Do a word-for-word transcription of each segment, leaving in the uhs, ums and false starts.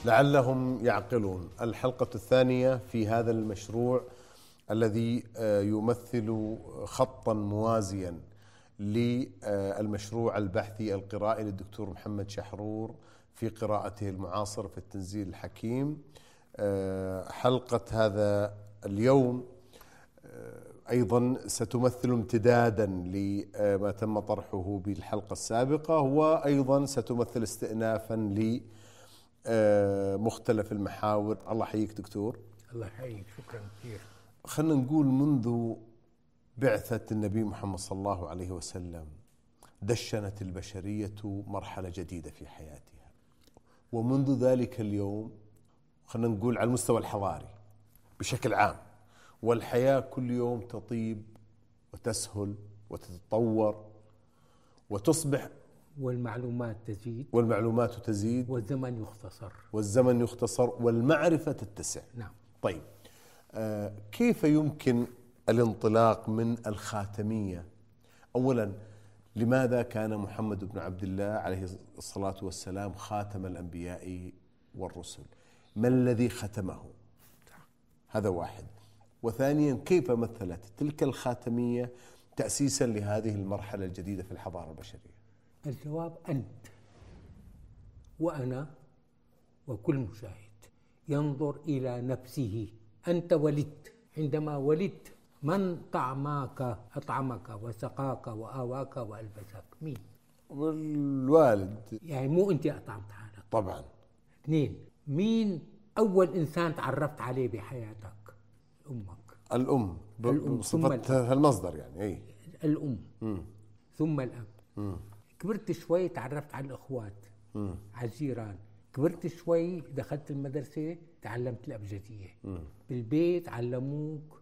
لعلهم يعقلون. الحلقة الثانية في هذا المشروع الذي يمثل خطا موازيا للمشروع البحثي القرائي للدكتور محمد شحرور في قراءته المعاصرة في التنزيل الحكيم. حلقة هذا اليوم أيضا ستمثل امتدادا لما تم طرحه بالحلقة السابقة، وأيضا ستمثل استئنافا لمختلف المحاور. الله يحييك دكتور. الله يحييك، شكرا كثير. خلنا نقول منذ بعثة النبي محمد صلى الله عليه وسلم دشنت البشرية مرحلة جديدة في حياتها، ومنذ ذلك اليوم خلنا نقول على المستوى الحضاري بشكل عام، والحياة كل يوم تطيب وتسهل وتتطور وتصبح، والمعلومات تزيد والمعلومات تزيد والزمن يختصر والزمن يختصر والمعرفة تتسع. نعم. طيب، آه كيف يمكن الانطلاق من الخاتمية؟ أولا، لماذا كان محمد بن عبد الله عليه الصلاة والسلام خاتم الأنبياء والرسل؟ ما الذي ختمه؟ هذا واحد. وثانيا، كيف مثلت تلك الخاتمية تأسيسا لهذه المرحلة الجديدة في الحضارة البشرية؟ الجواب أنت وأنا وكل مشاهد ينظر إلى نفسه. أنت ولدت، عندما ولدت من طعماك أطعمك وسقاك وآواك وألبسك؟ مين؟ والوالد. يعني مو أنت أطعمت حالك طبعا. اثنين، مين أول إنسان تعرفت عليه بحياتك؟ أمك. الأم بصفتها المصدر يعني. أي الأم. مم. ثم الأب. مم. كبرت شوي تعرفت على الأخوات، مم. على الجيران. كبرت شوي دخلت المدرسة تعلمت الأبجدية. مم. بالبيت علموك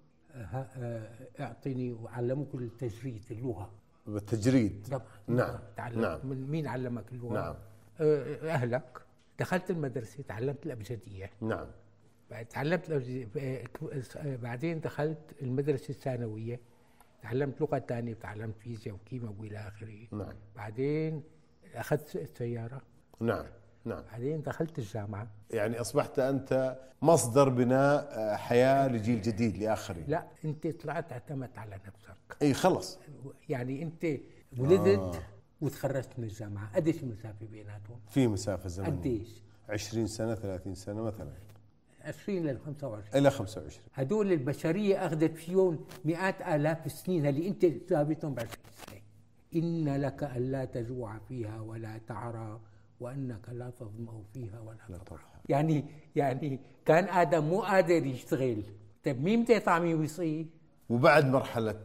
اعطيني، وعلموك التجريد، اللغة. بالتجريد. طبعا. نعم. تعلم. نعم. مين علمك اللغة؟ نعم. أهلك. دخلت المدرسة تعلمت الأبجدية. نعم. تعلمت الأبجدية. بعدين دخلت المدرسة الثانوية تعلمت لغة ثانية، تعلمت فيزياء وكيمياء وإلى آخره. نعم. بعدين أخذت السيارة. نعم. نعم. بعدين دخلت الجامعة. يعني أصبحت أنت مصدر بناء حياة لجيل جديد لآخرين. لا، أنت طلعت اعتمدت على نفسك. أي خلص. يعني أنت ولدت آه. وتخرجت من الجامعة، قديش المسافة بيناتهم؟ في مسافة زمنية. قديش؟ عشرين سنة ثلاثين سنة مثلا. عشرين إلى خمسة وعشرين. إلى خمسة وعشرين. هدول البشرية أخذت فيهم مئات آلاف السنين، اللي أنت ثابتهم بعشرين سنة. إن لك ألا تجوع فيها ولا تعرى وأنك لا تظمأ فيها ولا تضحى. يعني يعني كان آدم مو قادر يشتغل، طيب مين بده يطعميه ويسقيه؟ وبعد مرحلة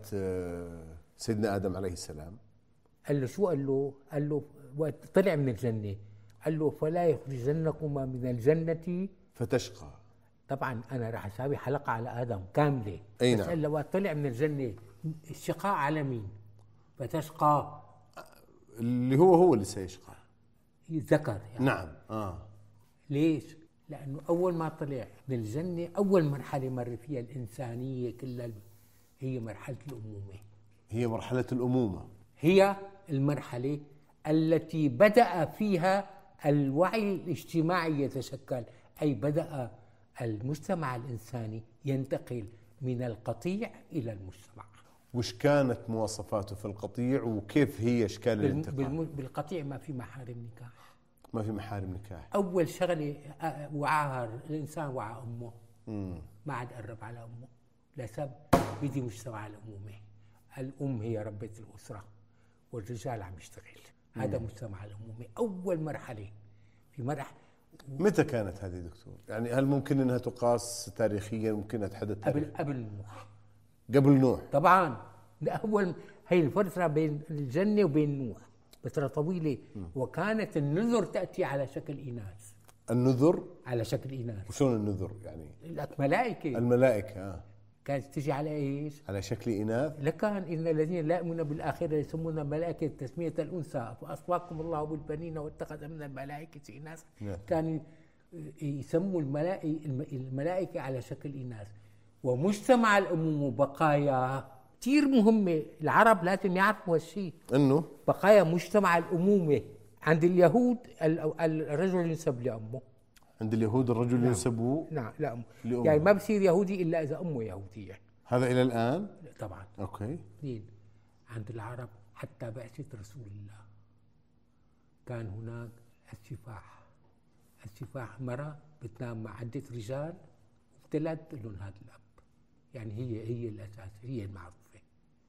سيدنا آدم عليه السلام قال له شو؟ قال له قال له طلع من الجنة، قال له فلا يخرجنكما من الجنة فتشقى. طبعا أنا راح أسوي حلقة على آدم كاملة. أي نعم. بس قال له طلع من الجنة، الشقاء على مين؟ فتشقى اللي هو هو اللي سيشقى، ذكر يعني. نعم. آه. ليش؟ لأنه أول ما طلع من الجنة أول مرحلة مر فيها الإنسانية كلها هي مرحلة الأمومة. هي مرحلة الأمومة، هي المرحلة التي بدأ فيها الوعي الاجتماعي يتشكل، أي بدأ المجتمع الإنساني ينتقل من القطيع إلى المجتمع. وش كانت مواصفاته في القطيع وكيف هي أشكال الانتقال؟ بالقطيع ما في محارم نكاح. ما في محارم نكاح. أول شغلة وعاها الإنسان وعى أمه. مم. ما عاد قرب على أمه لسبب بدي مجتمع الأمومة. الأم هي ربة الأسرة والرجال عم يشتغل. هذا مجتمع الأمومة أول مرحلة. في مرحلة متى كانت هذه دكتور؟ يعني هل ممكن أنها تقاس تاريخيا؟ ممكن أنها تحدد قبل قبل نوح. قبل نوح طبعا. أول هي الفترة بين الجنة وبين نوح فترة طويلة. م. وكانت النذر تأتي على شكل إناث. النذر على شكل إناث. وشون النذر يعني؟ الملائكة. الملائكة آه. كانت تجي على إيش؟ على شكل إناث. لكان إن الذين لا يؤمنون بالآخرة يسمون الملائكة تسمية الأنثى فأصفاكم الله بالبنين واتخذ من الملائكة إناثا. كانوا يسموا الملائكة الملائكة على شكل إناث. ومجتمع الأمومة بقايا كثير مهمة، العرب لازم يعرفوا هالشيء، إنه بقايا مجتمع الأمومة عند اليهود الرجل ينسب لأمه. عند اليهود الرجل نعم. ينسب نعم لا لأمه. يعني ما بصير يهودي إلا إذا أمه يهودية. هذا إلى الآن؟ طبعا. أوكي. اثنين، عند العرب حتى بعثة رسول الله كان هناك السفاح. السفاح مرة بتنام مع عدة رجال وبتلد لهم هذا الأب، يعني هي هي الأساس، هي المعروفة.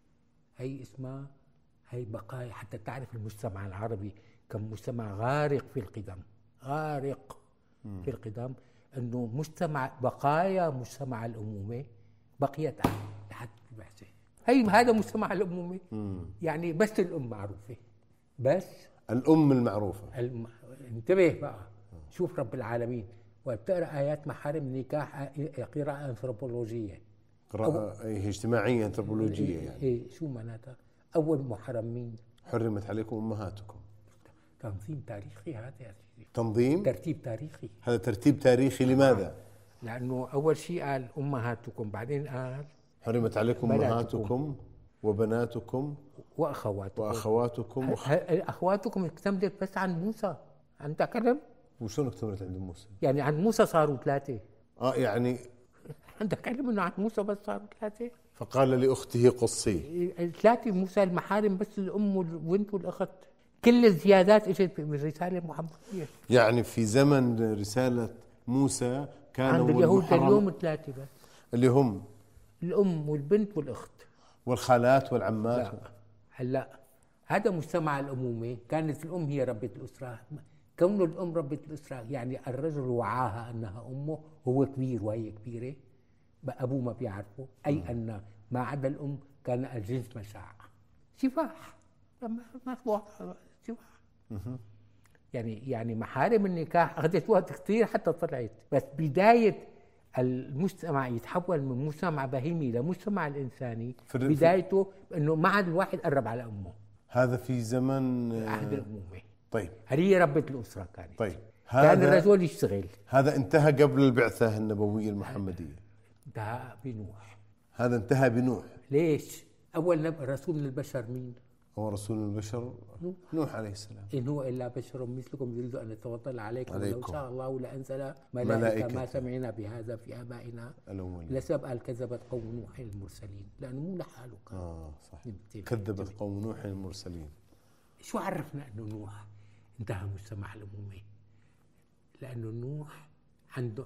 هي اسمها هي بقايا، حتى تعرف المجتمع العربي كم مجتمع غارق في القدم، غارق م. في القدم، انه مجتمع بقايا مجتمع الأمومة بقيت لحد البعثة. هي هذا مجتمع الأمومة م. يعني بس الأم معروفة، بس الأم المعروفة. الم... انتبه بقى، شوف رب العالمين وبتقرأ آيات محارم النكاح قراءة أنثروبولوجية، قراءة أي اجتماعية أنثروبولوجية يعني. إيه شو معناتها؟ أول محرم مين؟ حرمت عليكم أمهاتكم. تنظيم تاريخي هذا يا سيدي. تنظيم؟ ترتيب تاريخي. هذا ترتيب تاريخي لماذا؟ لأنه أول شيء قال أمهاتكم، بعدين قال حرمت عليكم أمهاتكم وبناتكم وأخواتكم وأخواتكم وخ... أخواتكم اكتملت بس عن موسى، أنت كلم؟ وشون اكتملت عند موسى؟ يعني عند موسى صاروا ثلاثة. آه يعني عندك علم إنه عند موسى بس صاروا ثلاثة؟ فقال لأخته قصي. ثلاثة موسى المحارم، بس الأم والبنت والأخت، كل الزيادات اجت من رسالة محمدية. يعني في زمن رسالة موسى كانوا عند اليهود اليوم ثلاثة بس، اللي هم الأم والبنت والأخت والخالات والعمات. لا هلا هذا مجتمع الأمومة، كانت الأم هي ربة الأسرة. كون الأم ربة الأسرة يعني الرجل وعاها أنها أمه، هو كبير وهي كبيرة، أبوه ما بيعرفه، أي م. أن ما عدا الأم كان الجنس مشاع، سفاح، ما سفاح. يعني يعني محارم النكاح أخذت وقت كثير حتى طلعت، بس بداية المجتمع يتحول من مجتمع بهيمي لمجتمع الإنساني بدايته إنه ما عاد الواحد قرب على أمه. هذا في زمن عهد الأمومة. طيب هي ربة الأسرة كانت. طيب كان الرجل يشتغل. هذا انتهى قبل البعثة النبوية المحمدية. انتهى بنوح. هذا انتهى بنوح. ليش؟ أول رسول من البشر مين؟ هو رسول من البشر نوح, نوح عليه السلام. إن هو إلا بشر مثلكم يريد أن يتفضل عليكم, عليكم. ولو شاء الله لأنزل ملائكة, ملائكة ما سمعنا بهذا في آبائنا الأولين. لسبب قال كذبت قوم نوح المرسلين، لأنه مو لحاله كان. آه صح. كذبت قوم نوح المرسلين. شو عرفنا أنه نوح انتهى مجتمع الأمومة؟ لأنه نوح عنده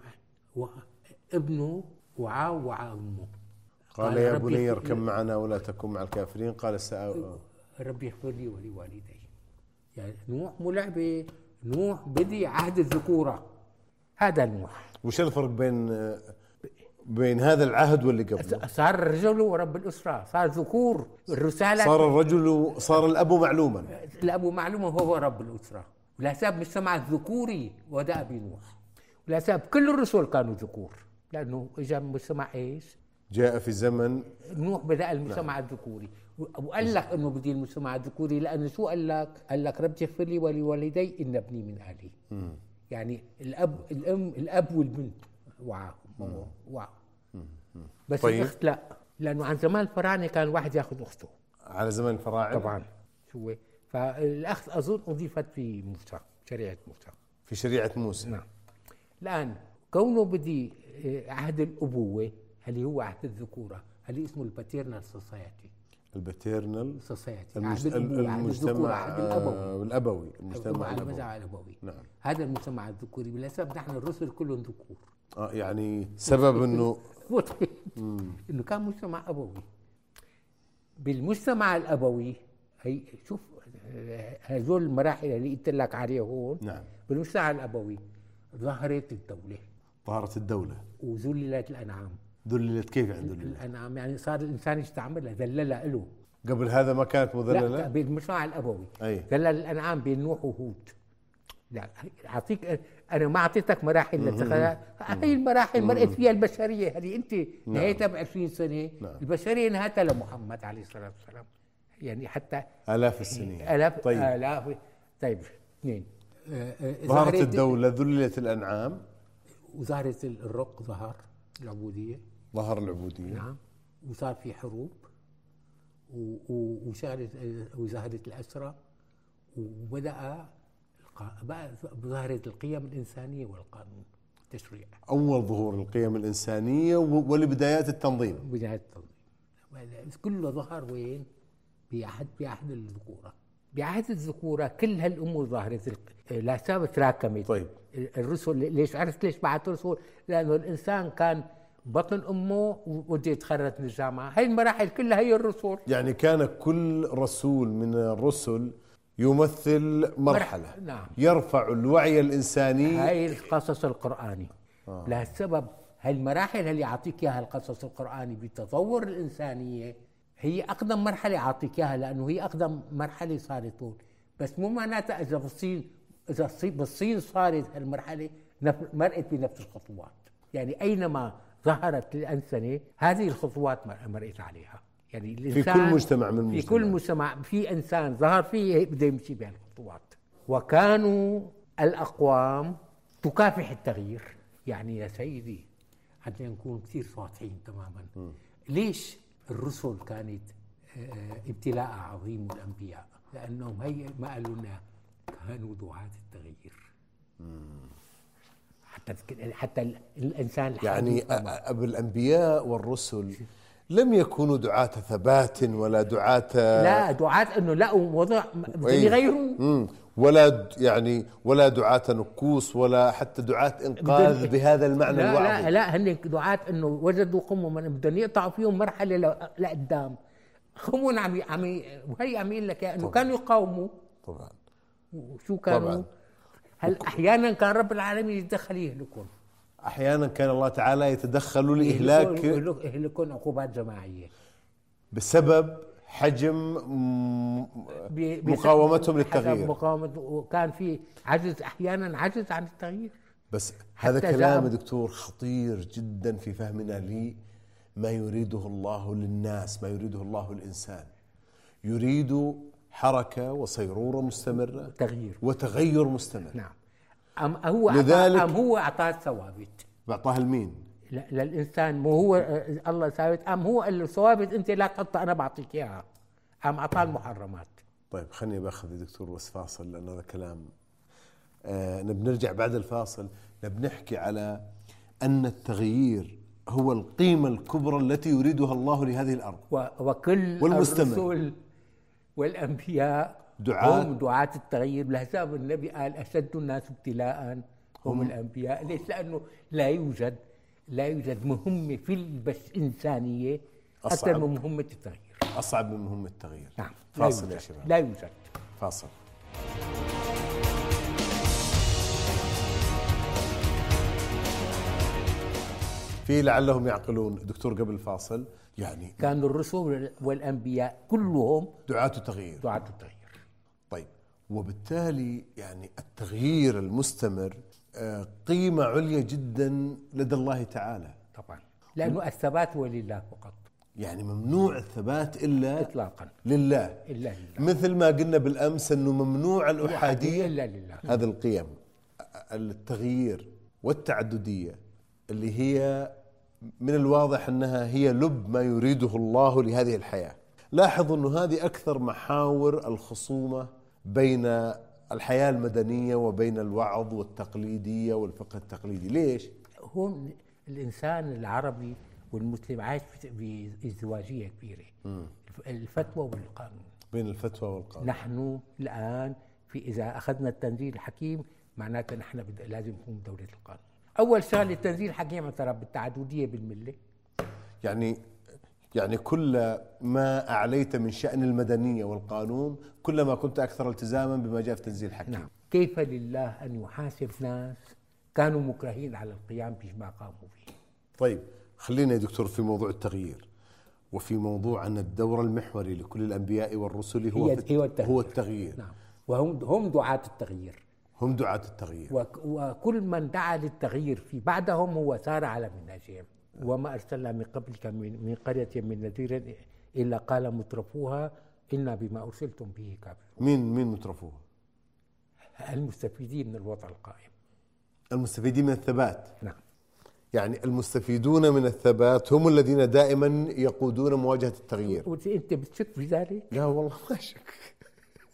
ابنه وعاه وعاه أمه. قال, قال يا بني اركب معنا ولا تكن مع الكافرين. قال سأ ربي اغفر لي ولوالدي. يعني نوح مو لعبه، نوح بدي عهد الذكوره، هذا نوح. وش الفرق بين بين هذا العهد واللي قبله؟ صار الرجل ورب الاسره، صار ذكور الرساله، صار الرجل، صار الاب معلوما، الاب معلوما هو رب الاسره، ولحساب مجتمع الذكوري ودا ابي نوح، ولحساب كل الرسل كانوا ذكور، لانه اجى مجتمع ايش؟ جاء في زمن نوح بدأ المجتمع نعم. الذكوري، وقال لك انه بدي المجتمع الذكوري، لانه شو قال لك؟ قال لك رب اغفر لي ولوالدي ان ابني من اهلي. م. يعني الاب الام الاب والبنت وعاهم واو. بس طيب. الاخت لا، لانه عن زمان الفراعنه كان واحد ياخذ اخته. على زمان الفراعنه طبعا. شو فالاخت اظن اضيفت في موسى، شريعه موسى، في شريعه موسى. نعم. الان كونه بدي عهد الابوه، هل هو عهد الذكوره؟ هل اسمه الباتيرنال سوسايتي؟ الباتيرنال سوسايتي، المج... المجتمع الابوي الابوي المجتمع الابوي. الابوي نعم. هذا المجتمع الذكوري، بالاساس نحن الرسل كلهم ذكور. اه يعني سبب انه انه كان مجتمع ابوي. بالمجتمع الابوي هي شوف هذول المراحل اللي قلت لك عليه هون. نعم. بالمجتمع الابوي ظهرت الدوله، ظهرت الدوله وذللت الانعام. ذللت كيف عند الانعام؟ يعني صار الانسان يستعملها، ذللها له. قبل هذا ما كانت مذلله؟ لا، بالمجتمع الابوي ذلل الانعام بين نوح وهود. لا اعطيك انا ما اعطيتك مراحل لتخيل هي المراحل مرقت فيها البشريه، هذه انت نهايتها ب عشرين سنه. نعم. البشريه نهايتها لمحمد عليه الصلاه والسلام، يعني حتى الاف السنين. الاف طيب. الاف طيب اثنين. ظهرت الدوله، ذللت الانعام، وظهرت الرق، ظهر العبوديه، ظهر العبوديه. نعم. وصار في حروب وشغلت وظهرت الاسرى، وبدا ظهرت القيم الإنسانية والقانون التشريع. أول ظهور القيم الإنسانية ولبدايات التنظيم. بدايات التنظيم كله ظهر وين؟ بعهد بعهد الذكورة. بعهد الذكورة كل هالأمور ظهرت، لا سبب تراكمت. طيب الرسل ليش عرفت ليش بعث رسل؟ لأنه الإنسان كان بطن أمه وبده يتخرج من الجامعة، هاي المراحل كلها هي الرسل. يعني كان كل رسول من الرسل يمثل مرحلة نعم. يرفع الوعي الإنساني. هاي القصص القرآني آه. لهالسبب هاي المراحل اللي يعطيك إياها القصص القرآني بتطور الإنسانية هي أقدم مرحلة يعطيك إياها، لأنه هي أقدم مرحلة صارت طول. بس مو معناتها إذا بالصين إذا بالصين صارت هالمرحلة مرقت بنفس الخطوات. يعني أينما ظهرت الأنسنة هذه الخطوات مرقت عليها. يعني في كل مجتمع من المجتمع، في كل مجتمع في إنسان ظهر فيه بده يمشي بهالخطوات. وكانوا الأقوام تكافح التغيير. يعني يا سيدي حتى نكون كثير واضحين تماما، م. ليش الرسل كانت ابتلاء عظيم الأنبياء؟ لأنهم هي ما قالوا لنا كانوا دعاة التغيير. حتى حتى الإنسان يعني أبو الأنبياء والرسل لم يكونوا دعاة ثبات ولا دعاة لا دعاة انه لقوا وضع بدهم يغيروه، ولا يعني ولا دعاة نكوص ولا حتى دعاة انقاذ بهذا المعنى لا الوعظي. لا لا هن دعاة انه وجدوا قوم من بدهم يقطعوا فيهم مرحله لقدام. قوم عم عم وهي عم يقول لك انه كانوا يقاوموا. طبعا وشو كانوا طبعا. هل احيانا كان رب العالمين يتدخل يهلكون، احيانا كان الله تعالى يتدخل لاهلاك يهلكون عقوبات جماعيه بسبب حجم مقاومتهم للتغيير. مقاومة، وكان في عجز احيانا عجز عن التغيير. بس هذا كلام دكتور خطير جدا في فهمنا لما يريده الله للناس، ما يريده الله للإنسان. يريد حركة وصيرورة مستمرة، تغيير وتغير مستمر. نعم. أم هو لذلك أم هو أعطاه ثوابت؟ بعطاها لمين؟ للإنسان. مو هو الله ثابت؟ أم هو الثوابت أنت لا تحطها أنا بعطيك إياها؟ أم أعطاه المحرمات؟ طيب خليني باخذ يا دكتور بس فاصل، لأن هذا كلام آه نبنرجع بعد الفاصل نبنحكي على أن التغيير هو القيمة الكبرى التي يريدها الله لهذه الأرض، وكل الرسل والأنبياء دعاة هم دعاة التغيير. لهذا النبي قال أشد الناس ابتلاء هم, هم الأنبياء. ليش؟ لأنه لا يوجد لا يوجد مهمة في البس إنسانية أكثر من مهمة التغيير، أصعب من مهمة التغيير. نعم. فاصل يا شباب. لا يوجد فاصل. في لعلهم يعقلون دكتور قبل الفاصل، يعني كان الرسل والأنبياء كلهم دعاة التغيير دعاة التغيير. طيب وبالتالي يعني التغيير المستمر قيمة عليا جدا لدى الله تعالى. طبعا لأنه الثبات هو لله فقط. يعني ممنوع الثبات إلا إطلاقا لله. إلا لله. مثل ما قلنا بالأمس أنه ممنوع الأحادية إلا لله. هذه القيم التغيير والتعددية اللي هي من الواضح أنها هي لب ما يريده الله لهذه الحياة. لاحظوا أنه هذه أكثر محاور الخصومة بين الحياة المدنية وبين الوعظ والتقليدية والفقه التقليدي. ليش؟ هون الإنسان العربي والمسلم عايش بازدواجية كبيرة. م. الفتوى والقانون. بين الفتوى والقانون. نحن الآن في إذا أخذنا التنزيل الحكيم معناته نحن لازم نكون دولة القانون. أول شغلة التنزيل الحكيم اعترف بالتعددية بالملة. يعني يعني كل ما أعليت من شأن المدنية والقانون كلما كنت أكثر التزاما بما جاء في تنزيل الحكيم. نعم. كيف لله أن يحاسب ناس كانوا مكرهين على القيام بما قاموا به. طيب خلينا يا دكتور في موضوع التغيير وفي موضوع أن الدور المحوري لكل الأنبياء والرسل هو, هي هو التغيير. هو التغيير. نعم. وهم هم دعاة التغيير. هم دعاة التغيير. وكل من دعا للتغيير في بعدهم هو سار على منهجهم. وما أرسلنا من قبلك من قرية من نذير إلا قال مترفوها إنا بما أرسلتم به كافرون. مين مين مترفوها؟ المستفيدين من الوضع القائم. المستفيدين من الثبات. نعم. يعني المستفيدون من الثبات هم الذين دائما يقودون مواجهة التغيير. وأنت بتشك في ذلك؟ لا والله ما شك.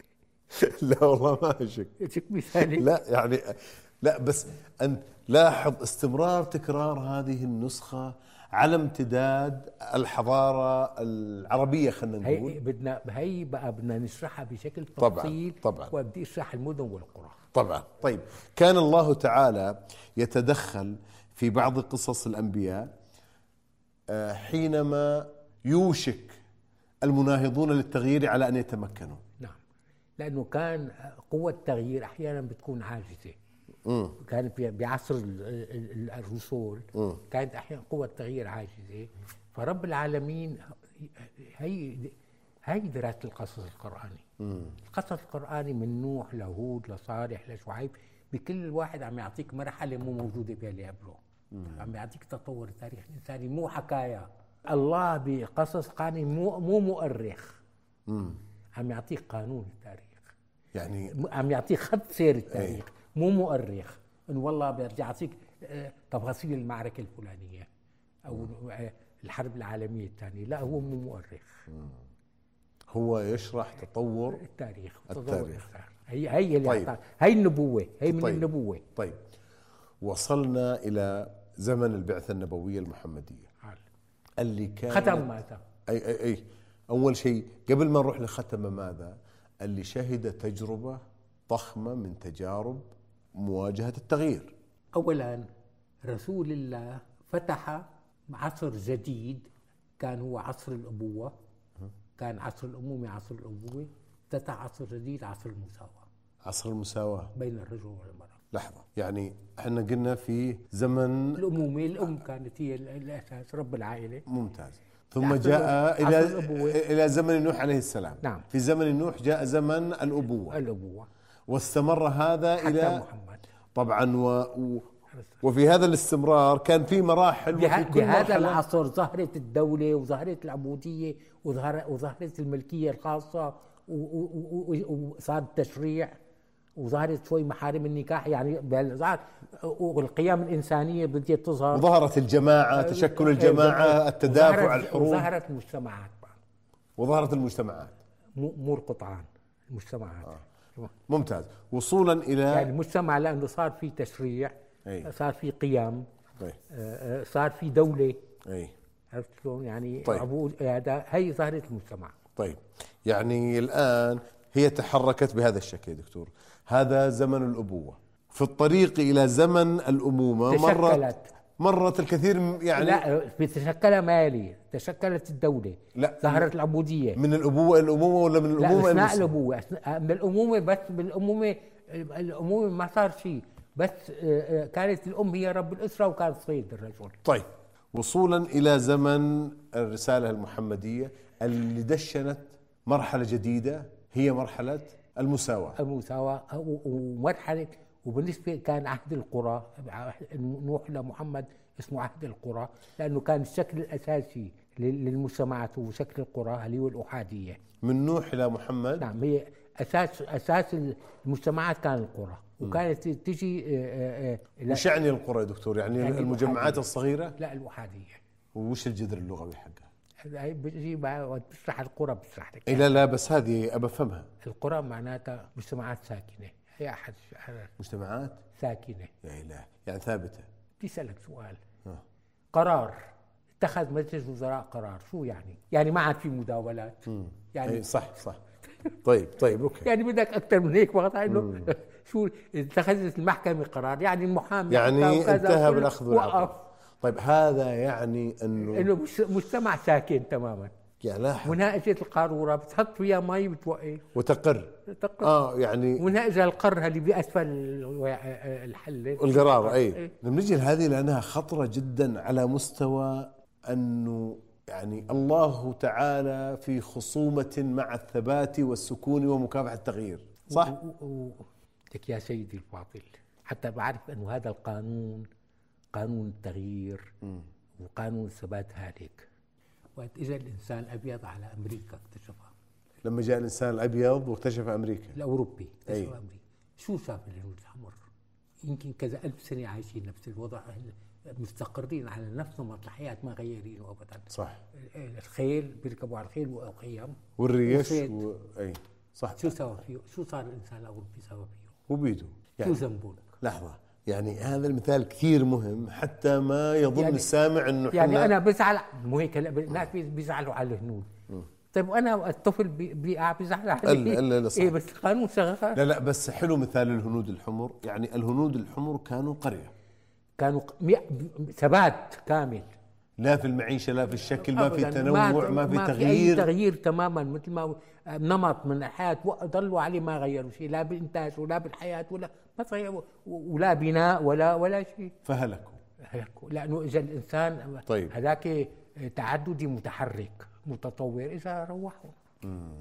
لا والله ما أشك. شك مثالي. لا يعني لا، بس أنت لاحظ استمرار تكرار هذه النسخة على امتداد الحضارة العربية، خلينا هي نقول. بدنا هي بقى بدنا نشرحها بشكل طبعاً، تفصيل. طبعاً. وبدي اشرح المدن والقرى. طبعا. طيب، كان الله تعالى يتدخل في بعض قصص الأنبياء آه، حينما يوشك المناهضون للتغيير على أن يتمكنوا. نعم، لأنه كان قوة التغيير أحيانا بتكون عاجزة. مم. كانت بعصر ال- ال- الرسول مم. كانت أحيانا قوة التغيير عاجزة. فرب العالمين هي هي دراسة القصص القرآني. مم. القصص القرآني من نوح لهود لصالح لشعيب، بكل واحد عم يعطيك مرحلة مو موجودة بها اللي قبله. عم يعطيك تطور التاريخ الإنساني، مو حكاية. الله بقصص قرآني مو مو مؤرخ. مم. عم يعطيك قانون التاريخ، يعني عم يعطيك خط سير التاريخ. ايه. مو مؤرخ انه والله بدي اعطيك تفاصيل المعركة الفلانية او الحرب العالمية الثانية. لا، هو مو مؤرخ. مم. هو يشرح تطور التاريخ. التاريخ. هي هي اللي طيب. هي النبوة، هي من طيب. النبوة. طيب، وصلنا إلى زمن البعثة النبوية المحمدية اللي كان ختم ماذا؟ أي, أي, أي أول شيء قبل ما نروح لختم ماذا، اللي شهد تجربة ضخمة من تجارب مواجهة التغيير. أولا رسول الله فتح عصر جديد، كان هو عصر الأبوة، كان عصر الأمومة عصر الأبوة. فتح عصر جديد، عصر المساواة. عصر المساواة بين الرجل والمرأة. لحظة، يعني احنا قلنا في زمن الأمومة، الأم كانت هي الأساس، رب العائلة. ممتاز. ثم جاء إلى إلى زمن نوح عليه السلام. نعم. في زمن نوح جاء زمن الأبوة. الأبوة. واستمر هذا حتى إلى محمد. طبعا و... و... وفي هذا الاستمرار كان في مراحل. وفي كل بهذا العصر ظهرت الدولة وظهرت العبودية وظهر وظهرت الملكية الخاصة وصار التشريع وظهرت شوي محارم النكاح، يعني والقيم الإنسانية بدأت تظهر. وظهرت الجماعة، تشكل الجماعة، التدافع، الحروب. وظهرت المجتمعات بقى. وظهرت المجتمعات، مو مو القطعان، المجتمعات. آه. ممتاز. وصولا إلى يعني المجتمع، لأنه صار في تشريع. أي. صار في قيم. أي. صار في دولة. أي. عرفت شلون يعني؟ طيب. عبود هذا هي ظهرت المجتمع. طيب، يعني الآن هي تحركت بهذا الشكل يا دكتور. هذا زمن الأبوة. في الطريق إلى زمن الأمومة مرت مرت الكثير، يعني لا، تشكل مالي، تشكلت الدولة. لا، ظهرت العبودية. من الأبوة إلى الأمومة ولا من الأمومة إلى الأبوة؟ من الأمومة، بس بالأمومة الأمومة ما صار شيء، بس كانت الأم هي رب الأسرة وكانت صيد الرجل. طيب، وصولا إلى زمن الرسالة المحمدية اللي دشنت مرحلة جديدة، هي مرحلة المساواة. المساواة ومرحلة، وبالنسبة كان عهد القرى، نوح لمحمد اسمه عهد القرى، لأنه كان الشكل الأساسي للمجتمعات وشكل القرى اللي هو الأحادية. من نوح إلى محمد. نعم، هي أساس أساس المجتمعات كان القرى، وكانت تجي. وش يعني القرى يا دكتور؟ يعني, يعني المجمعات الأحادية الصغيرة؟ لا، الأحادية. وش الجذر اللغوي حقها؟ هي بيجي بشرح القرى، بشرح لك. إيه لا لا، بس هذه أبى أفهمها. القرى معناتها مجتمعات ساكنة، هي أحد مجتمعات ساكنة. يا إله، يعني ثابتة. بدي أسألك سؤال. ها. قرار اتخذ مجلس وزراء قرار، شو يعني؟ يعني ما عاد في مداولات. مم. يعني أي صح صح. طيب طيب اوكي. يعني بدك اكثر من هيك وقت انه شو اتخذت المحكمة قرار، يعني المحامي يعني انتهى بالاخذ والعطاء. طيب، هذا يعني انه انه مجتمع ساكن تماما. يعني لاحظ، ونائجة القارورة بتحط فيها مي بتوقف وتقر. تقر. اه يعني ونائجة القر اللي باسفل الحلة القرار. اي ايه. لما نجي لهذه لانها خطرة جدا على مستوى انه يعني الله تعالى في خصومة مع الثبات والسكون ومكافحة التغيير، صح؟ لك يا سيدي الفاضل، حتى بعرف أنه هذا القانون قانون التغيير م. وقانون الثبات هالك. وقت إجا الإنسان الأبيض على أمريكا اكتشفها. لما جاء الإنسان الأبيض واكتشف أمريكا الأوروبي اكتشف أي. أمريكا، شو شاف الهنود الأحمر؟ يمكن كذا ألف سنة عايشين نفس الوضع، مستقرين على نفس نمط الحياة، ما غيرينه أبدا. صح. الخيل بيركبوا على الخيل وخيم والريش و... أي. صح. شو سوى فيه؟ شو صار الانسان الاوروبي سوى فيه؟ وبيده يعني شو ذنبه؟ لحظه، يعني هذا المثال كثير مهم حتى ما يظن يعني السامع انه يعني انا بزعل، مو هيك الناس بيزعلوا على الهنود. طيب وانا الطفل بيقع بيزعل عليه. لا لا صح. ايه بس القانون شغال. لا لا بس حلو مثال الهنود الحمر، يعني الهنود الحمر كانوا قريه، كانوا ثبات كامل، لا في المعيشه لا في الشكل، ما في تنوع، ما, ما في ما تغيير، في أي تغيير تماما، مثل ما نمط من الحياه ضلوا عليه ما غيروا شيء، لا بالانتاج ولا بالحياه ولا ما تغيروا، ولا بناء ولا ولا شيء، فهلكوا هلكوا لانه اذا الانسان طيب هذاك تعددي متحرك متطور اذا روحوا. مم.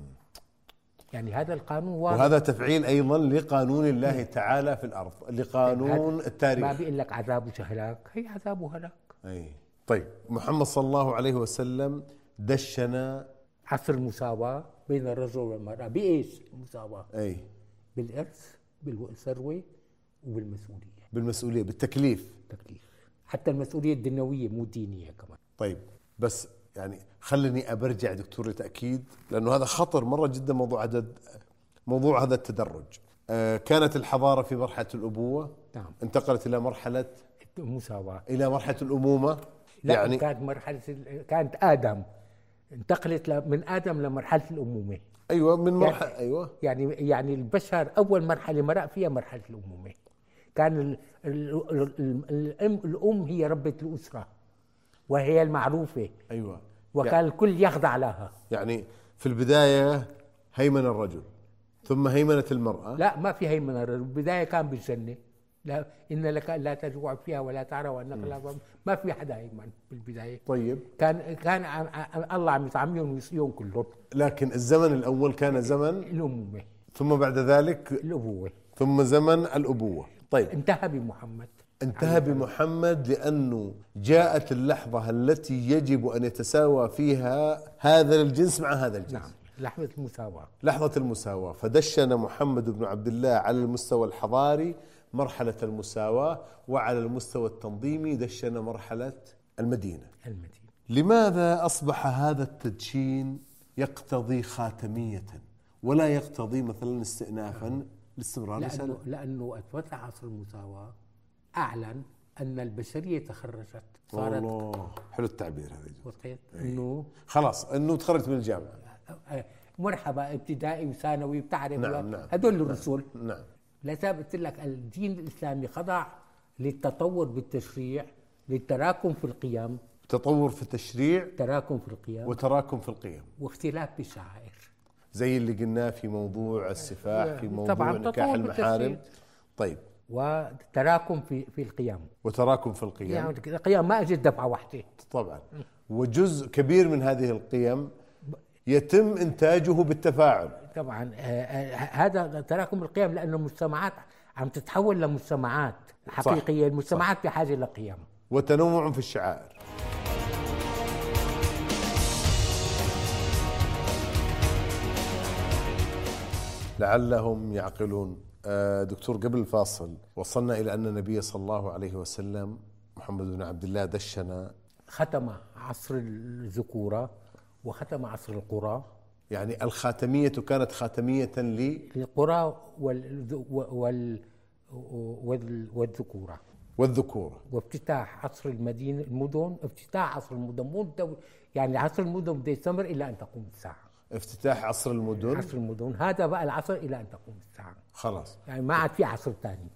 يعني هذا القانون واضح، وهذا تفعيل ايضا لقانون الله تعالى في الارض، لقانون التاريخ. ما بيقول لك عذاب وهلاك، هي عذاب وهلاك. اي طيب، محمد صلى الله عليه وسلم دشنا عصر المساواة بين الرجل والمرأة. بإيش المساواة؟ اي بالإرث، بالثروة، وبالمسؤولية. بالمسؤولية، بالتكليف. تكليف، حتى المسؤولية الدنيوية مو دينية كمان. طيب بس يعني خلني أبرجع دكتور لتأكيد، لأنه هذا خطر مرة جدا موضوع عدد موضوع هذا التدرج. آه كانت الحضارة في مرحلة الأبوة، نعم، انتقلت إلى مرحلة المساواة، إلى مرحلة الأمومة. لا يعني كانت مرحلة كانت آدم انتقلت من آدم لمرحلة الأمومة. أيوة من مرحلة يعني أيوة يعني يعني البشر أول مرحلة مرق فيها مرحلة الأمومة. كان ال ال ال الأم الأم هي ربة الأسرة وهي المعروفة. أيوة، وكان يعني الكل يخضع لها. يعني في البداية هيمن الرجل ثم هيمنة المرأة. لا ما في هيمنة الرجل، البداية كان بالجنة، لا إن لك لا تجوع فيها ولا تعرى وأنك لا، ما في حدا هيمن بالبداية. طيب كان كان الله عم يطعميهم ويسقيهم كلهم. لكن الزمن الأول كان زمن الأمومة، ثم بعد ذلك الأبوة، ثم زمن الأبوة. طيب انتهى بمحمد، انتهى بمحمد لأنه جاءت اللحظة التي يجب أن يتساوى فيها هذا الجنس مع هذا الجنس. نعم، لحظة المساواة، لحظة المساواة. فدشن محمد بن عبد الله على المستوى الحضاري مرحلة المساواة، وعلى المستوى التنظيمي دشن مرحلة المدينة. المدينة. لماذا أصبح هذا التدشين يقتضي خاتمية ولا يقتضي مثلا استئنافا لاستمرار لأنه, رسالة؟ لأنه أتوسع عصر المساواة أعلن أن البشرية تخرجت، صارت الله حلو التعبير هذا، إنه خلاص إنه تخرجت من الجامعة، مرحبا ابتدائي وثانوي بتعرف. نعم نعم هدول الرسل. نعم. لذا قلت لك الدين الإسلامي خضع للتطور بالتشريع، للتراكم في القيم، تطور في التشريع، تراكم في القيم، وتراكم في القيم، واختلاف بالشعائر، زي اللي قلناه في موضوع السفاح، في موضوع نكاح المحارم. طيب، وتراكم في في القيم، وتراكم في القيم، يعني القيم ما اجت دفعه واحده طبعا، وجزء كبير من هذه القيم يتم انتاجه بالتفاعل طبعا. هذا تراكم القيم لانه المجتمعات عم تتحول لمجتمعات حقيقيه. صح. المجتمعات صح. بحاجه لقيم وتنوع في الشعائر. لعلهم يعقلون. دكتور، قبل الفاصل وصلنا إلى أن النبي صلى الله عليه وسلم محمد بن عبد الله دشن، ختم عصر الذكورة وختم عصر القرى. يعني الخاتمية كانت خاتمية للقرى وال وال والذكورة والذكورة وافتتاح عصر المدينة المدن. افتتاح عصر المدن مو يعني عصر المدن بده يستمر إلى أن تقوم الساعة. افتتاح عصر المدن، عصر المدن هذا بقى العصر إلى أن تقوم الساعة خلاص، يعني ما عاد في عصر ثاني.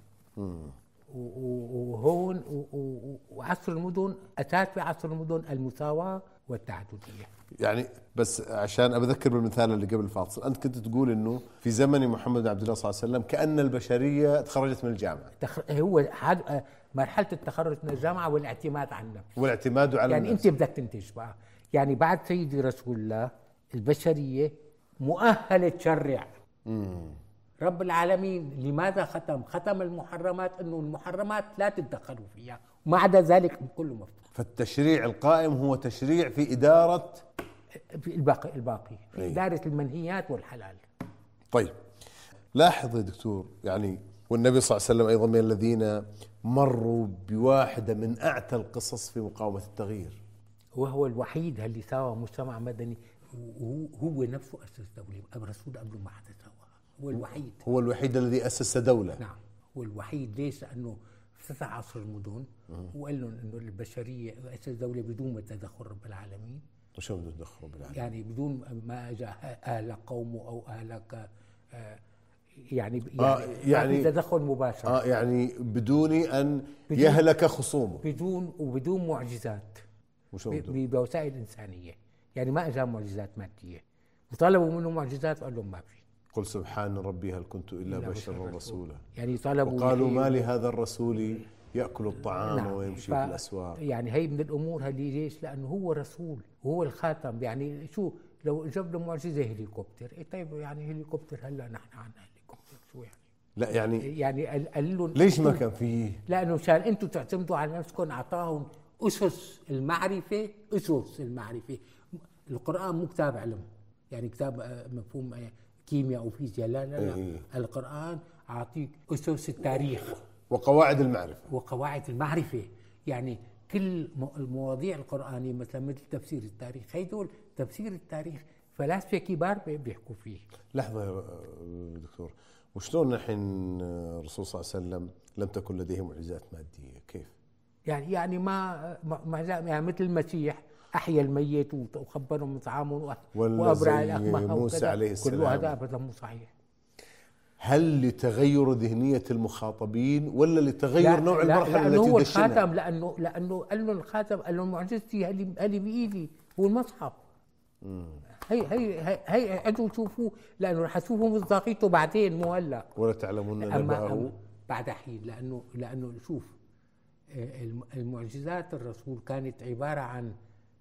وهون وعصر المدن أساس في عصر المدن المساواة والتعددية. يعني بس عشان أبذكر بالمثال اللي قبل الفاصل، أنت كنت تقول إنه في زمن محمد عبد الله صلى الله عليه وسلم كأن البشرية تخرجت من الجامعة. هو مرحلة التخرج من الجامعة والاعتماد على النفس والاعتماد على يعني النفس. أنت بدك تنتج بقى. يعني بعد سيدي رسول الله البشرية مؤهلة تشرع. مم. رب العالمين لماذا ختم؟ ختم المحرمات إنه المحرمات لا تتدخلوا فيها، وما عدا ذلك كله مفتوح. فالتشريع القائم هو تشريع في إدارة في الباقي الباقي في أيه؟ إدارة المنهيات والحلال. طيب لاحظ يا دكتور، يعني والنبي صلى الله عليه وسلم أيضا من الذين مروا بواحدة من أعتى القصص في مقاومة التغيير، وهو الوحيد اللي ساوى مجتمع مدني وهو هو نفسه أسس دولة، الرسول قبله ما حدا سواها، هو الوحيد. هو الوحيد الذي أسس دولة. نعم هو الوحيد. ليش؟ لأنه افتتح عصر المدن وقال لهم إنه البشرية أسس دولة بدون ما تدخل رب العالمين. وشو بدون تدخل رب العالمين؟ يعني بدون ما أجى أهلك قومه أو أهلك آه يعني آه يعني, يعني تدخل مباشر. آه يعني بدون أن يهلك خصومه، بدون وبدون معجزات، بوسائل إنسانية. يعني ما أجى معجزات مادية، وطلبوا منه معجزات وقال لهم ما في. قل سبحان ربي هل كنت إلا بشرا رسولا. يعني طلبوا وقالوا ما لهذا الرسول يأكل الطعام نعم. ويمشي في الأسواق. يعني هي من الأمور هذه. ليش؟ لأنه هو رسول وهو الخاتم. يعني شو لو جاب له معجزة هليكوبتر، إيه طيب يعني هليكوبتر هلا نحن عنا هليكوبتر شو يعني؟ لا يعني يعني قال لهم ليش ما كان فيه؟ لأنه مشان أنتم تعتمدوا على نفسكم، أعطاهم أسس المعرفة. أسس المعرفة. القرآن مو كتاب علم، يعني كتاب مفهوم كيمياء أو فيزياء، لا لا لا. إيه. القرآن أعطيك أسس التاريخ وقواعد المعرفة. وقواعد المعرفة. يعني كل المواضيع القرآنية مثلا مثل تفسير التاريخ، هيدول تفسير التاريخ فلاسفة كبار بيحكوا فيه. لحظة يا دكتور، وشلون نحن الرسول صلى الله عليه وسلم لم تكن لديه معجزات مادية؟ كيف؟ يعني يعني ما ما يعني مثل المسيح أحيا الميت وخبرهم من طعامهم وأبرع الأكمه موسى عليه السلام، كل هذا أبدا مو صحيح. هل لتغير ذهنية المخاطبين ولا لتغير نوع المرحلة التي هو دشنها؟ الخاتم، لأنه لأنه قال له الخاتم، قال له معجزتي هذه هذه بإيدي، هو المصحف. هي هي هي, هي عدوا شوفوه، لأنه رح تشوفوا مصداقيته بعدين مو هلا. ولا تعلمون نبأه بعد حين. لأنه لأنه شوف المعجزات الرسول كانت عبارة عن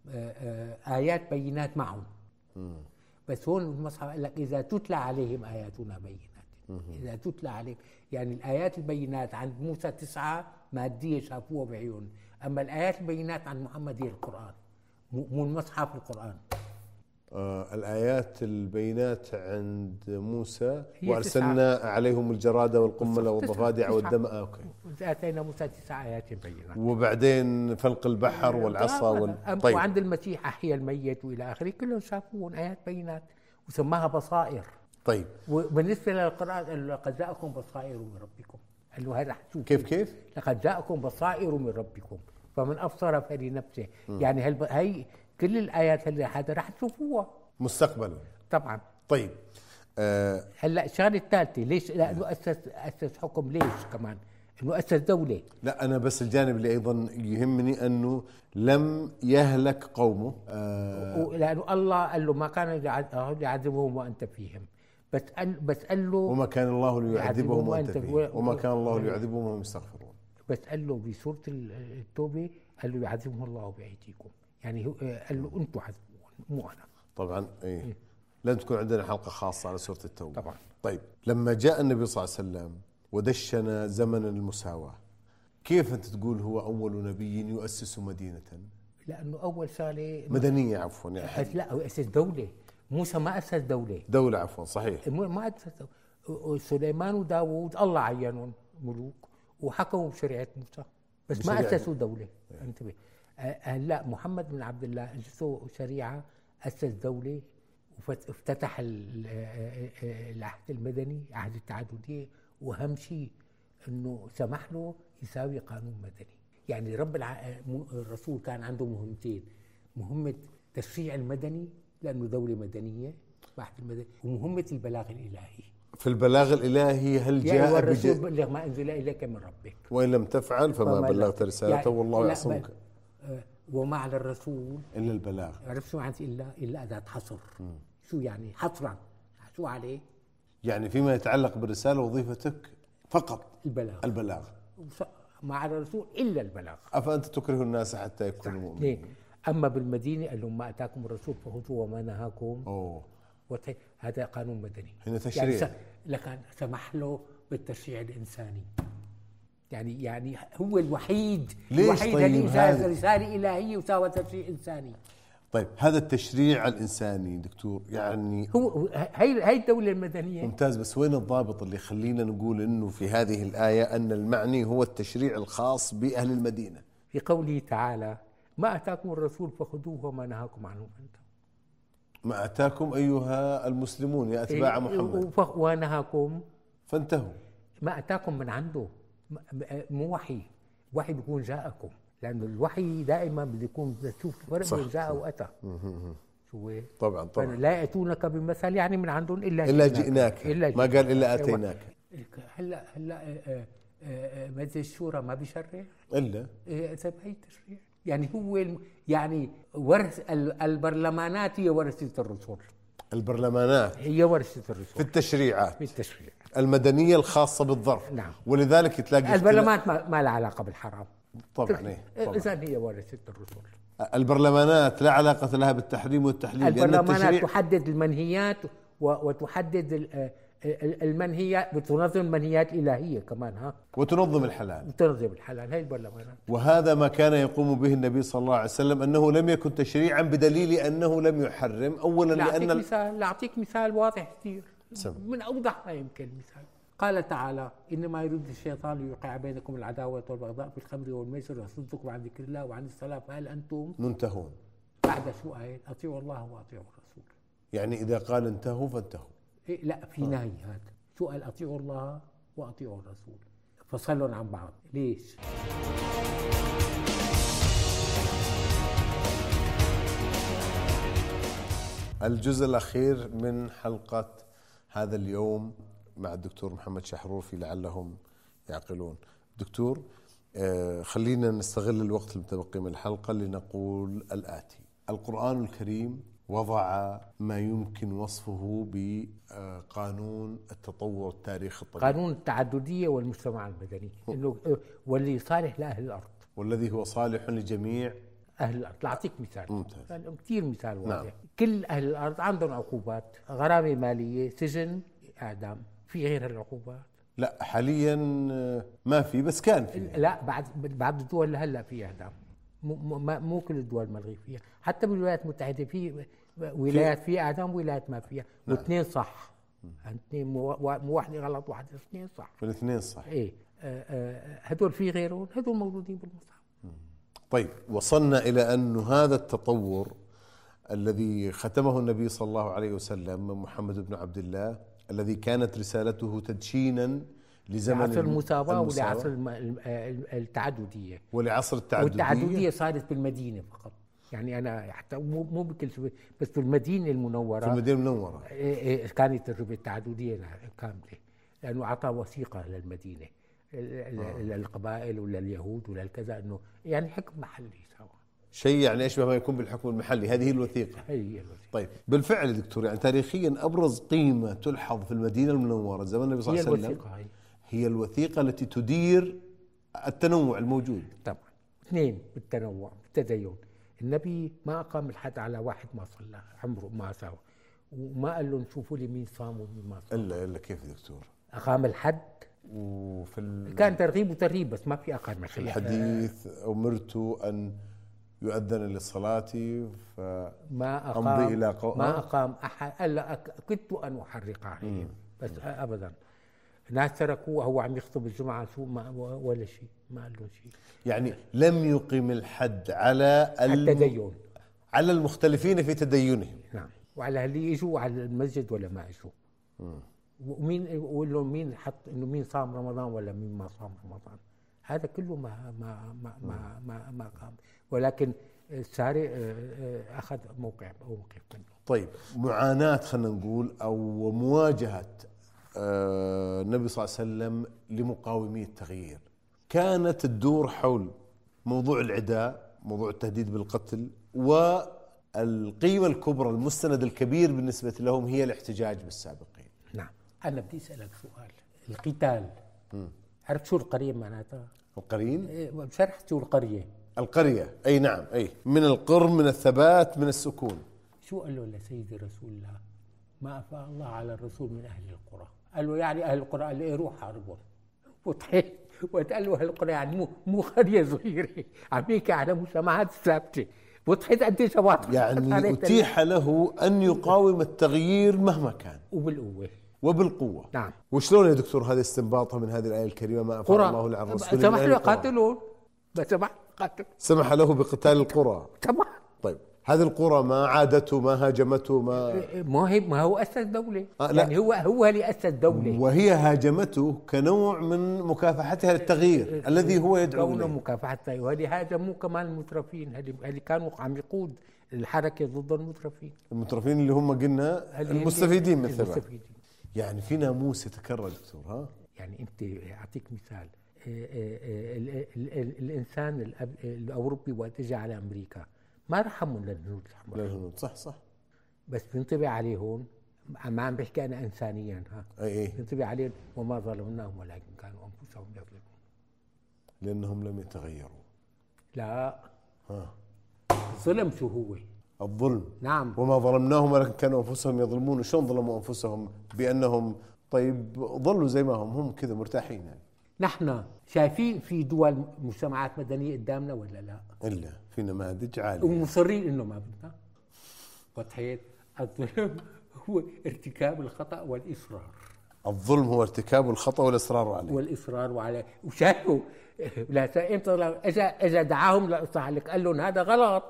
آيات بينات معهم. بس هون المصحف قال لك إذا تتلى عليهم آياتنا بينات. إذا تتلى عليهم يعني الآيات البينات عند موسى تسعة مادية شافوها بعيون، أما الآيات البينات عند محمد هي القرآن، مو المصحف القرآن. آه الآيات البينات عند موسى وأرسلنا عليهم الجراد والقمل والضفادع والدم. آه أوكي. آتينا موسى تسع آيات بينات. وبعدين فلق البحر والعصا وال... طيب. وعند المسيح أحيا الميت وإلى آخره، كلهم شافوهم آيات بينات وسماها بصائر. طيب. وبالنسبة للقرآن لقد جاءكم بصائر من ربكم. قال له هذا حتشوف كيف كيف؟ لقد جاءكم بصائر من ربكم فمن أبصر فلنفسه. يعني هل هي كل الآيات اللي هذا رح تشوفوها مستقبلا طبعا. طيب أه هلا الشغله الثالثه ليش؟ لانه اسس اسس حكم. ليش كمان؟ انه اسس دوله. لا انا بس الجانب اللي ايضا يهمني انه لم يهلك قومه. أه لانه الله قال له ما كان يعذبهم وانت فيهم، بس قال بس قال له وما كان الله ليعذبهم وانت فيهم، وما كان الله ليعذبهم وهم يستغفرون. بس قال له بسوره التوبه قال له يعذبهم الله بايديكم، يعني قال له انتم عذبوهم مو انا. طبعا ايه لازم تكون عندنا حلقه خاصه على سوره التوبه طبعا. طيب لما جاء النبي صلى الله عليه وسلم ودشن زمن المساواه، كيف انت تقول هو اول نبي يؤسس مدينه؟ لانه اول شغله مدنيه عفوا يعني لا هو اسس دوله. موسى ما اسس دوله دوله عفوا صحيح ما اسس. سليمان وداوود الله عينهم ملوك وحكموا بشريعه موسى بس بشريعة. ما اسسوا دوله. انتبه هلا محمد بن عبد الله اجته شريعه، اسس دوله وافتتح العهد المدني، عهد التعدديه، واهم شيء انه سمح له يساوي قانون مدني. يعني رب الع... الرسول كان عنده مهمتين، مهمه تشريع المدني لانه دوله مدنيه بعهد المدني، ومهمه البلاغ الالهي. في البلاغ الالهي هل جاء يعني الرسول بلغ ما انزل اليك من ربك وان لم تفعل فما, فما بلغت رسالته يعني والله يعصمك. وما على الرسول الا البلاغ. عرفت شو معنى الا الا اداه حصر؟ م. شو يعني حصرا؟ شو عليه؟ يعني فيما يتعلق بالرساله وظيفتك فقط البلاغ. البلاغ ما على الرسول الا البلاغ. افانت تكره الناس حتى يكونوا مؤمنين. اما بالمدينه قال لهم ما اتاكم الرسول فخذوه وما نهاكم. اوه وت... هذا قانون مدني. هنا تشريع. يعني س... لكن سمح له بالتشريع الانساني. يعني يعني هو الوحيد الوحيد طيب اللي جاز رساله الهيه وساوى تشريع انساني. طيب هذا التشريع الانساني دكتور يعني هو هي هي الدوله المدنيه. ممتاز، بس وين الضابط اللي يخلينا نقول انه في هذه الايه ان المعني هو التشريع الخاص باهل المدينه؟ في قوله تعالى ما اتاكم الرسول فخذوه وما نهاكم عنه فانتهوا. ما أتاكم أيها المسلمون يا أتباع محمد ونهاكم فانتهوا. ما أتاكم من عنده، مو وحي، وحي بيكون جاءكم، لأنه الوحي دائما بده يكون تشوف فرق بين جاء وأتى. شو طبعا طبعا. لا يأتونك بمثل يعني من عندهم إلا إلا جئناك، إلا ما قال إلا أتيناك. هلا هلا مجلس الشورى ما بيشرع إلا إذا بأي تشريع، يعني هو يعني ورث البرلمانات هي ورثة الرسل. البرلمانات هي ورثة الرسل في التشريعات، في التشريع المدنية الخاصة بالظرف. نعم. ولذلك تلاقي البرلمانات ما, ما لها علاقة بالحرام طبعا. إيه إذا هي ورثة الرسل. البرلمانات لا علاقة لها بالتحريم والتحليل، البرلمانات تحدد المنهيات وتحدد المنهيات، بتنظم المنهيات الإلهية كمان، ها، وتنظم الحلال، وتنظم الحلال. هي البرلمانات. وهذا ما كان يقوم به النبي صلى الله عليه وسلم، أنه لم يكن تشريعا بدليل أنه لم يحرم. أولا لأعطيك لأن مثال لأعطيك مثال واضح كثير من أوضح ما يمكن المثال. قال تعالى: إنما يريد الشيطان ليوقع بينكم العداوة والبغضاء في الخمر والميسر ويصدكم عن ذكر الله وعن الصلاة فهل أنتم منتهون؟ بعد شو آية؟ أطيعوا الله وأطيعوا الرسول. يعني إذا قال انتهوا فانتهوا. إيه لا، في نهي. هذا شو قال؟ أطيعوا الله وأطيعوا الرسول، فصلوا عن بعض. ليش؟ الجزء الأخير من حلقة هذا اليوم مع الدكتور محمد شحرور في لعلهم يعقلون. دكتور، خلينا نستغل الوقت المتبقي من الحلقة لنقول الآتي: القرآن الكريم وضع ما يمكن وصفه بقانون التطور التاريخي الطبيعي، قانون التعددية والمجتمع المدني، إنه واللي صالح لأهل الأرض، والذي هو صالح لجميع أهل الأرض. أعطيك مثال ممتاز. كثير مثال واضح. نعم. كل أهل الأرض عندهم عقوبات: غرامة مالية، سجن، إعدام. في غير هالعقوبات؟ لا حاليا ما في، بس كان في. لا، بعد بعض الدول هلا في إعدام، مو مو كل الدول ملغي فيها. حتى بالولايات المتحدة في ولايات في إعدام، ولايات ما فيها. نعم. واثنين صح، اثنين مو واحدة غلط واحدة، اثنين صح. والاثنين صح. ايه هدول في غيرهم، هدول موجودين بالمصحف. طيب، وصلنا إلى أن هذا التطور الذي ختمه النبي صلى الله عليه وسلم محمد بن عبد الله، الذي كانت رسالته تدشينا لزمن لعصر المساواة ولعصر التعددية ولعصر التعددية. والتعددية صارت بالمدينة فقط، يعني أنا حتى مو مو بكل شيء، بس بالمدينة المنورة. في المدينة المنورة كانت تجربة التعددية كاملة، لأنه أعطى وثيقة للمدينة، للقبائل ولا اليهود ولا الكذا، انه يعني حكم محلي سوا، شيء يعني اشبه ما يكون بالحكم المحلي. هذه الوثيقه. هي الوثيقه. طيب، بالفعل دكتور، يعني تاريخيا ابرز قيمه تلحظ في المدينه المنوره زمن النبي صلى الله عليه وسلم هي الوثيقه. هي هي الوثيقه التي تدير التنوع الموجود. طبعا. اثنين، بالتنوع بالتدين. النبي ما اقام الحد على واحد ما صلى عمره ما سوى، وما قال لهم شوفوا لي مين صام ومين ما صام. الا الا كيف دكتور؟ اقام الحد، وفي ال... كان ترغيب وترهيب، بس ما في أقل من في الحديث: أمرت أن يؤذن للصلاة فما أقام إلى قو... ما أقام أحد. ألا كدت أن أحرق عليهم، بس أبدا. ناس تركوه وهو عم يخطب الجمعة، شو ما ولا شيء، ما قال لهم شيء. يعني لم يقم الحد على التدين، على المختلفين في تدينهم. نعم. وعلى اللي يجوا على المسجد ولا ما يجوا. ومين يقول لهم مين حط انه مين صام رمضان ولا مين ما صام رمضان، هذا كله ما ما ما ما ما, ما قام. ولكن السارق اخذ موقع موقف منه. طيب، معاناة خلينا نقول او مواجهة النبي صلى الله عليه وسلم لمقاومي التغيير كانت تدور حول موضوع العداء، موضوع التهديد بالقتل، والقيمة الكبرى، المستند الكبير بالنسبة لهم هي الاحتجاج بالسابقين. نعم. أنا بدي أسألك سؤال. القتال، م. عرفت شو القرين معناتها؟ القرين؟ إيه، شرحت شو القرية؟ القرية، أي نعم، أي من القر، من الثبات، من السكون. شو قال له لسيدي رسول الله؟ ما أفاء الله على الرسول من أهل القرى. قال له يعني أهل القرى؟ قال له إيه، روح حاربهم. وضحك وقال له أهل القرى يعني مو مو قرية صغيرة، عم يحكي على مجتمعات ثابتة. وضحت قديش واضح. يعني أتيح له أن يقاوم التغيير مهما كان، وبالقوة وبالقوة. نعم. وشلون يا دكتور هذا استنباطها من هذه الآية الكريمة: ما أفاء الله على الرسول سمح له قاتلون، سمح قاتل، سمح له بقتال القرى. سمح. طيب، هذه القرى ما عادته، ما هاجمته، ما ما هي ما هو أسس دولة. آه يعني هو هو اللي أسس دولة، وهي هاجمته كنوع من مكافحتها للتغيير الذي هو يدعو إليه. مكافحتها، وهذه هاجموا كمان المترفين اللي كانوا عم يقود الحركة ضد المترفين. المترفين اللي هم قلنا المستفيدين مثلا. يعني في ناموس يتكرر دكتور. ها يعني أنت أعطيك مثال، الإنسان الأوروبي وقت اجى على أمريكا ما رحموا للهنود الحمر. للهنود صح صح. بس بينطبع عليه هون، ما عم بحكي أنا إنسانيا، ها أي أي بينطبع عليه وما ظلمناهم ولكن كانوا أنفسهم يظلمون. لأنهم لم يتغيروا. لا ها الظلم شو هو؟ الظلم. نعم. وما ظلمناهم ولكن كانوا أنفسهم يظلمون. شلون ظلموا أنفسهم؟ بأنهم طيب ظلوا زي ما هم هم كذا مرتاحين. يعني نحن شايفين في دول مجتمعات مدنية قدامنا ولا لا؟ إلا في نماذج عالية ومصرين إنه ما بدنا. وضحيت؟ الظلم هو ارتكاب الخطأ والإصرار. الظلم هو ارتكاب الخطأ والإصرار عليه. والإصرار عليه. وشافوا لا امتى اجى اجى دعاهم للإصلاح، لك قال لهم هذا غلط.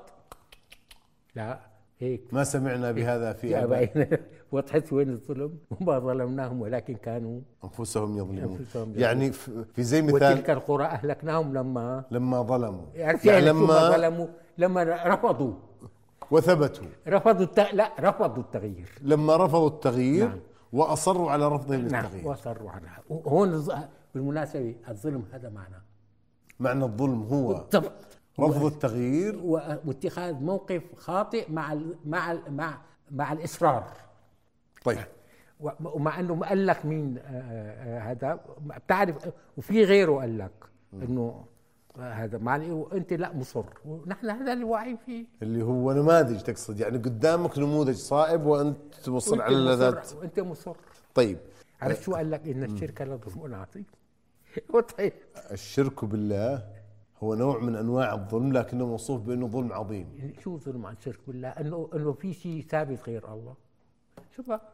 لا هيك ما سمعنا بهذا في آبائنا. وضحت وين الظلم؟ وما ظلمناهم ولكن كانوا أنفسهم يظلمون. أنفسهم يظلمون. يعني في زي مثال وتلك القرى أهلكناهم لما لما ظلموا. يعني لما ظلموا، لما رفضوا وثبتوا رفضوا الت... لا رفضوا التغيير. لما رفضوا التغيير. نعم. وأصروا على رفضهم نعم. للتغيير. وأصروا على هون بالمناسبة الظلم هذا معنى معنى الظلم هو بالضبط رفض التغيير واتخاذ موقف خاطئ مع ال مع ال مع مع الإصرار. طيب. ومع انه ما قال لك مين هذا بتعرف، وفي غيره قال لك انه هذا معني وانت لا مصر، ونحن هذا اللي واعي فيه اللي هو نماذج. تقصد يعني قدامك نموذج صائب وانت مصر على اللذات وانت مصر. طيب عرفت شو قال لك؟ ان الشرك لظلم عظيم. طيب الشرك بالله هو نوع من انواع الظلم لكنه موصوف بانه ظلم عظيم. شو ظلم عن الشرك بالله؟ انه انه في شيء ثابت غير الله. شو بقى؟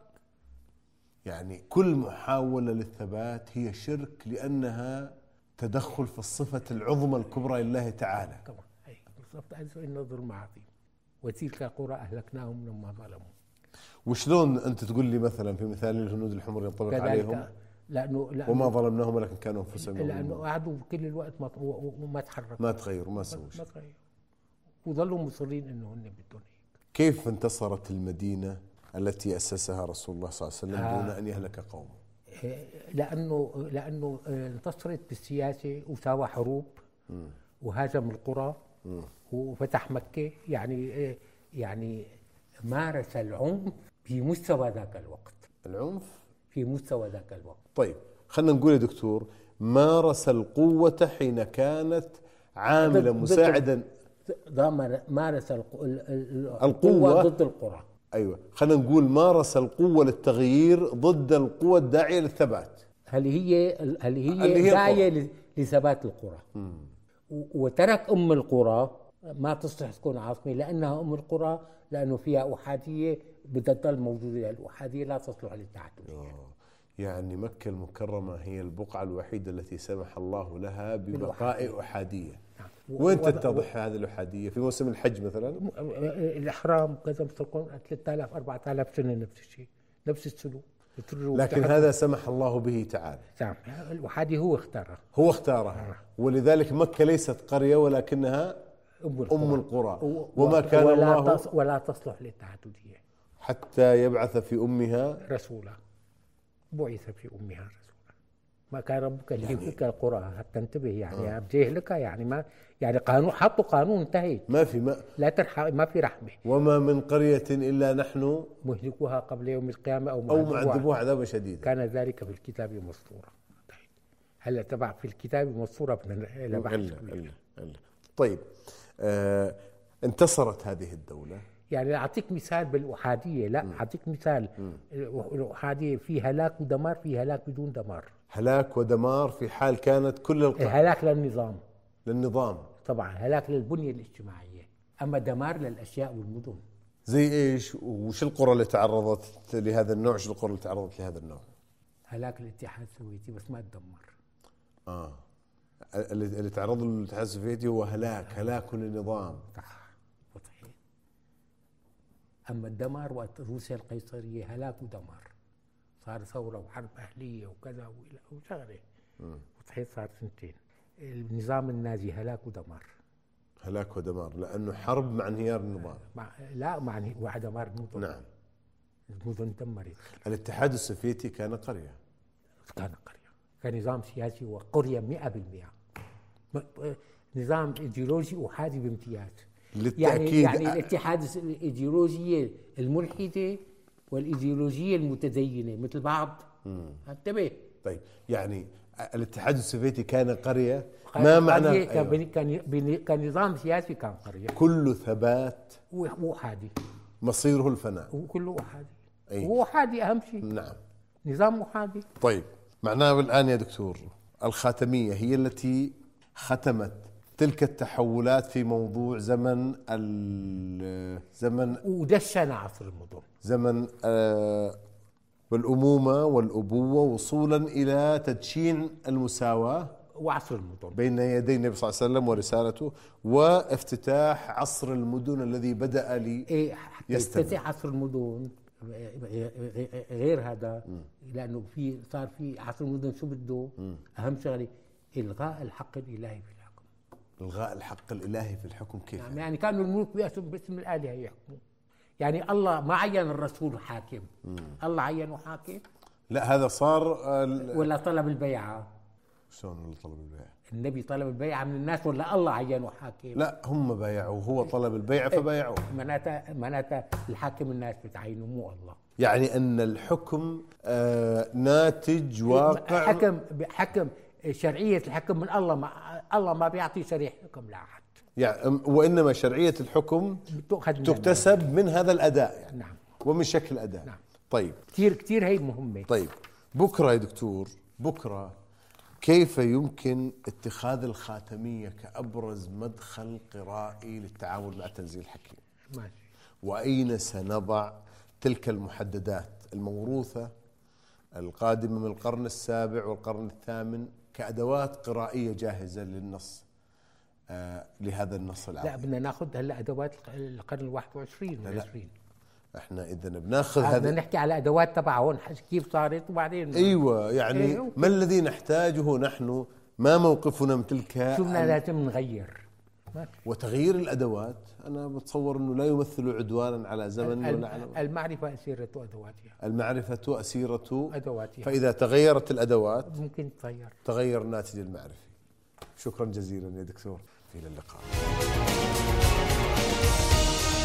يعني كل محاولة للثبات هي شرك لأنها تدخل في الصفة العظمى الكبرى لله تعالى. طبعا أي بالضبط. إنه ظلم عظيم. وتلك القرى أهلكناهم لما ظلموا. وشلون أنت تقول لي مثلا في مثال الهنود الحمر ينطبق عليهم؟ لأنه, لأنه وما ظلمناهم ولكن كانوا أنفسهم يظلمون. لأنه قعدوا كل الوقت وما تحركوا، ما تغيروا، ما سووا شيء، وظلوا مصرين إنه هن بدهم هيك. كيف انتصرت المدينة التي أسسها رسول الله صلى الله عليه وسلم آه. دون أن يهلك قومه؟ لأنه لأنه انتصرت بالسياسة وساوى حروب م. وهاجم القرى م. وفتح مكة. يعني يعني مارس العنف في مستوى ذاك الوقت. العنف في مستوى ذاك الوقت. طيب خلينا نقول يا دكتور، مارس القوة حين كانت عاملا مساعدا. مارس القوة ضد القرى. أيوة خلينا نقول مارس القوة للتغيير ضد القوة الداعية للثبات. هل هي هل هي داعية لثبات القرى. مم. وترك أم القرى ما تصلح تكون عاصمة لأنها أم القرى، لأنه فيها أحادية بدها تضل موجودة. الأحادية لا تصلح للتعددية. يعني مكة المكرمة هي البقعة الوحيدة التي سمح الله لها ببقاء أحادية. وين تتضح هذه الأحادية؟ في موسم الحج مثلا الإحرام كذا تكون ثلاثة آلاف أربعة آلاف سنة نفس الشيء، نفس السلوك. لكن هذا سمح الله به تعالى. نعم. الأحادية هو اختارها. هو اختارها. ولذلك مكة ليست قرية ولكنها أم القرى, أم القرى. وما كان ولا الله تص ولا تصلح للتعددية حتى يبعث في أمها رسولا. بعث في أمها رسولا. ما كان ربك ليهلك يعني القرى حتى انتبه. يعني آه. بيهلكها يعني ما يعني قانون، حطوا قانون انتهت. ما في ما لا ترحم، ما في رحمة. وما من قرية إلا نحن مهلكوها قبل يوم القيامة أو أو معذبوها عذابا شديدا. كان ذلك في الكتاب مسطورا. هلا تبع في الكتاب مسطورة إلى بحث. إلا إلا إلا. طيب آه انتصرت هذه الدولة. يعني أعطيك مثال بالأحادية. لا م. أعطيك مثال. م. الأحادية في هلاك ودمار، في هلاك بدون دمار. هلاك ودمار في حال كانت كل القرى. هلاك للنظام. للنظام طبعا. هلاك للبنية الاجتماعية. أما دمار للأشياء والمدن. زي إيش؟ وش القرى اللي تعرضت لهذا النوع؟ شو القرى اللي تعرضت لهذا النوع؟ هلاك الاتحاد السوفيتي بس ما تدمر. آه اللي اللي تعرض له الاتحاد السوفيتي هو هلاك هلاك للنظام. أما الدمار وقت روسيا القيصرية هلاك ودمار، صار ثورة وحرب أهلية وكذا وشغلة، وصحيت صار سنتين. النظام النازي هلاك ودمار. هلاك ودمار لأنه حرب مع انهيار النظام. مع لا مع مع دمار المدن. نعم. المدن دمرت. الاتحاد السوفيتي كان قرية. كان قرية، كان نظام سياسي وقرية مئة بالمئة. نظام ايديولوجي احادي بامتياز. للتأكيد يعني يعني الاتحاد الايديولوجية الملحدة والايديولوجية المتدينة مثل بعض. انتبه. طيب يعني الاتحاد السوفيتي كان قرية، ما معنى أيوة. كان كان نظام سياسي كان قرية، كله ثبات وأحادي، مصيره الفناء، وكله أحادي. أي. هو أحادي أهم شيء. نعم. نظام أحادي. طيب معناه الآن يا دكتور الخاتمية هي التي ختمت تلك التحولات في موضوع زمن زمن ودشن عصر المدن، زمن آه والأمومة والأبوة وصولا إلى تدشين المساواة وعصر المدن بين يدي النبي صلى الله عليه وسلم ورسالته، وافتتاح عصر المدن الذي بدأ لي إيه يفتتح عصر المدن غير هذا م. لأنه في صار في عصر المدن شو بده؟ أهم شغلة إلغاء الحق الإلهي في الحكم. إلغاء الحق الإلهي في الحكم كيف؟ يعني, يعني كانوا الملوك باسم باسم الآلهة يحكموا، يعني الله ما عين الرسول حاكم. مم. الله عينه حاكم؟ لا هذا صار ولا طلب البيعة. شلون ولا طلب البيعة؟ النبي طلب البيعة من الناس ولا الله عينه حاكم؟ لا هم بايعوا، هو طلب البيعة فبايعوه. معناتها معناتها الحاكم الناس بتعينه مو الله. يعني أن الحكم آه ناتج واقع. حكم حكم شرعية الحكم من الله، ما الله ما بيعطي شريعة حكم لأحد. يعني وإنما شرعية الحكم تكتسب من هذا الأداء يعني. نعم. ومن شكل الأداء. نعم. طيب كثير كثير هي مهمة. طيب بكرة يا دكتور، بكرة كيف يمكن اتخاذ الخاتمية كأبرز مدخل قرائي للتعامل مع تنزيل الحكيم؟ ماشي. وأين سنضع تلك المحددات الموروثة القادمة من القرن السابع والقرن الثامن كأدوات قرائية جاهزة للنص آه لهذا النص العظيم؟ لا بدنا ناخذ هلا أدوات القرن الواحد والعشرين والعشرين. احنا إذا بناخذ هذا بدنا نحكي على أدوات تبعهم كيف صارت وبعدين. أيوة يعني إيه ما الذي نحتاجه نحن؟ ما موقفنا من تلك؟ شو بدنا لازم نغير؟ وتغيير الأدوات أنا بتصور أنه لا يمثل عدوانا على زمن ولا على المعرفة أسيرة أدواتها. المعرفة أسيرة أدواتها. فإذا تغيرت الأدوات ممكن تغير تغير الناتج المعرفي. شكرا جزيلا يا دكتور، إلى اللقاء.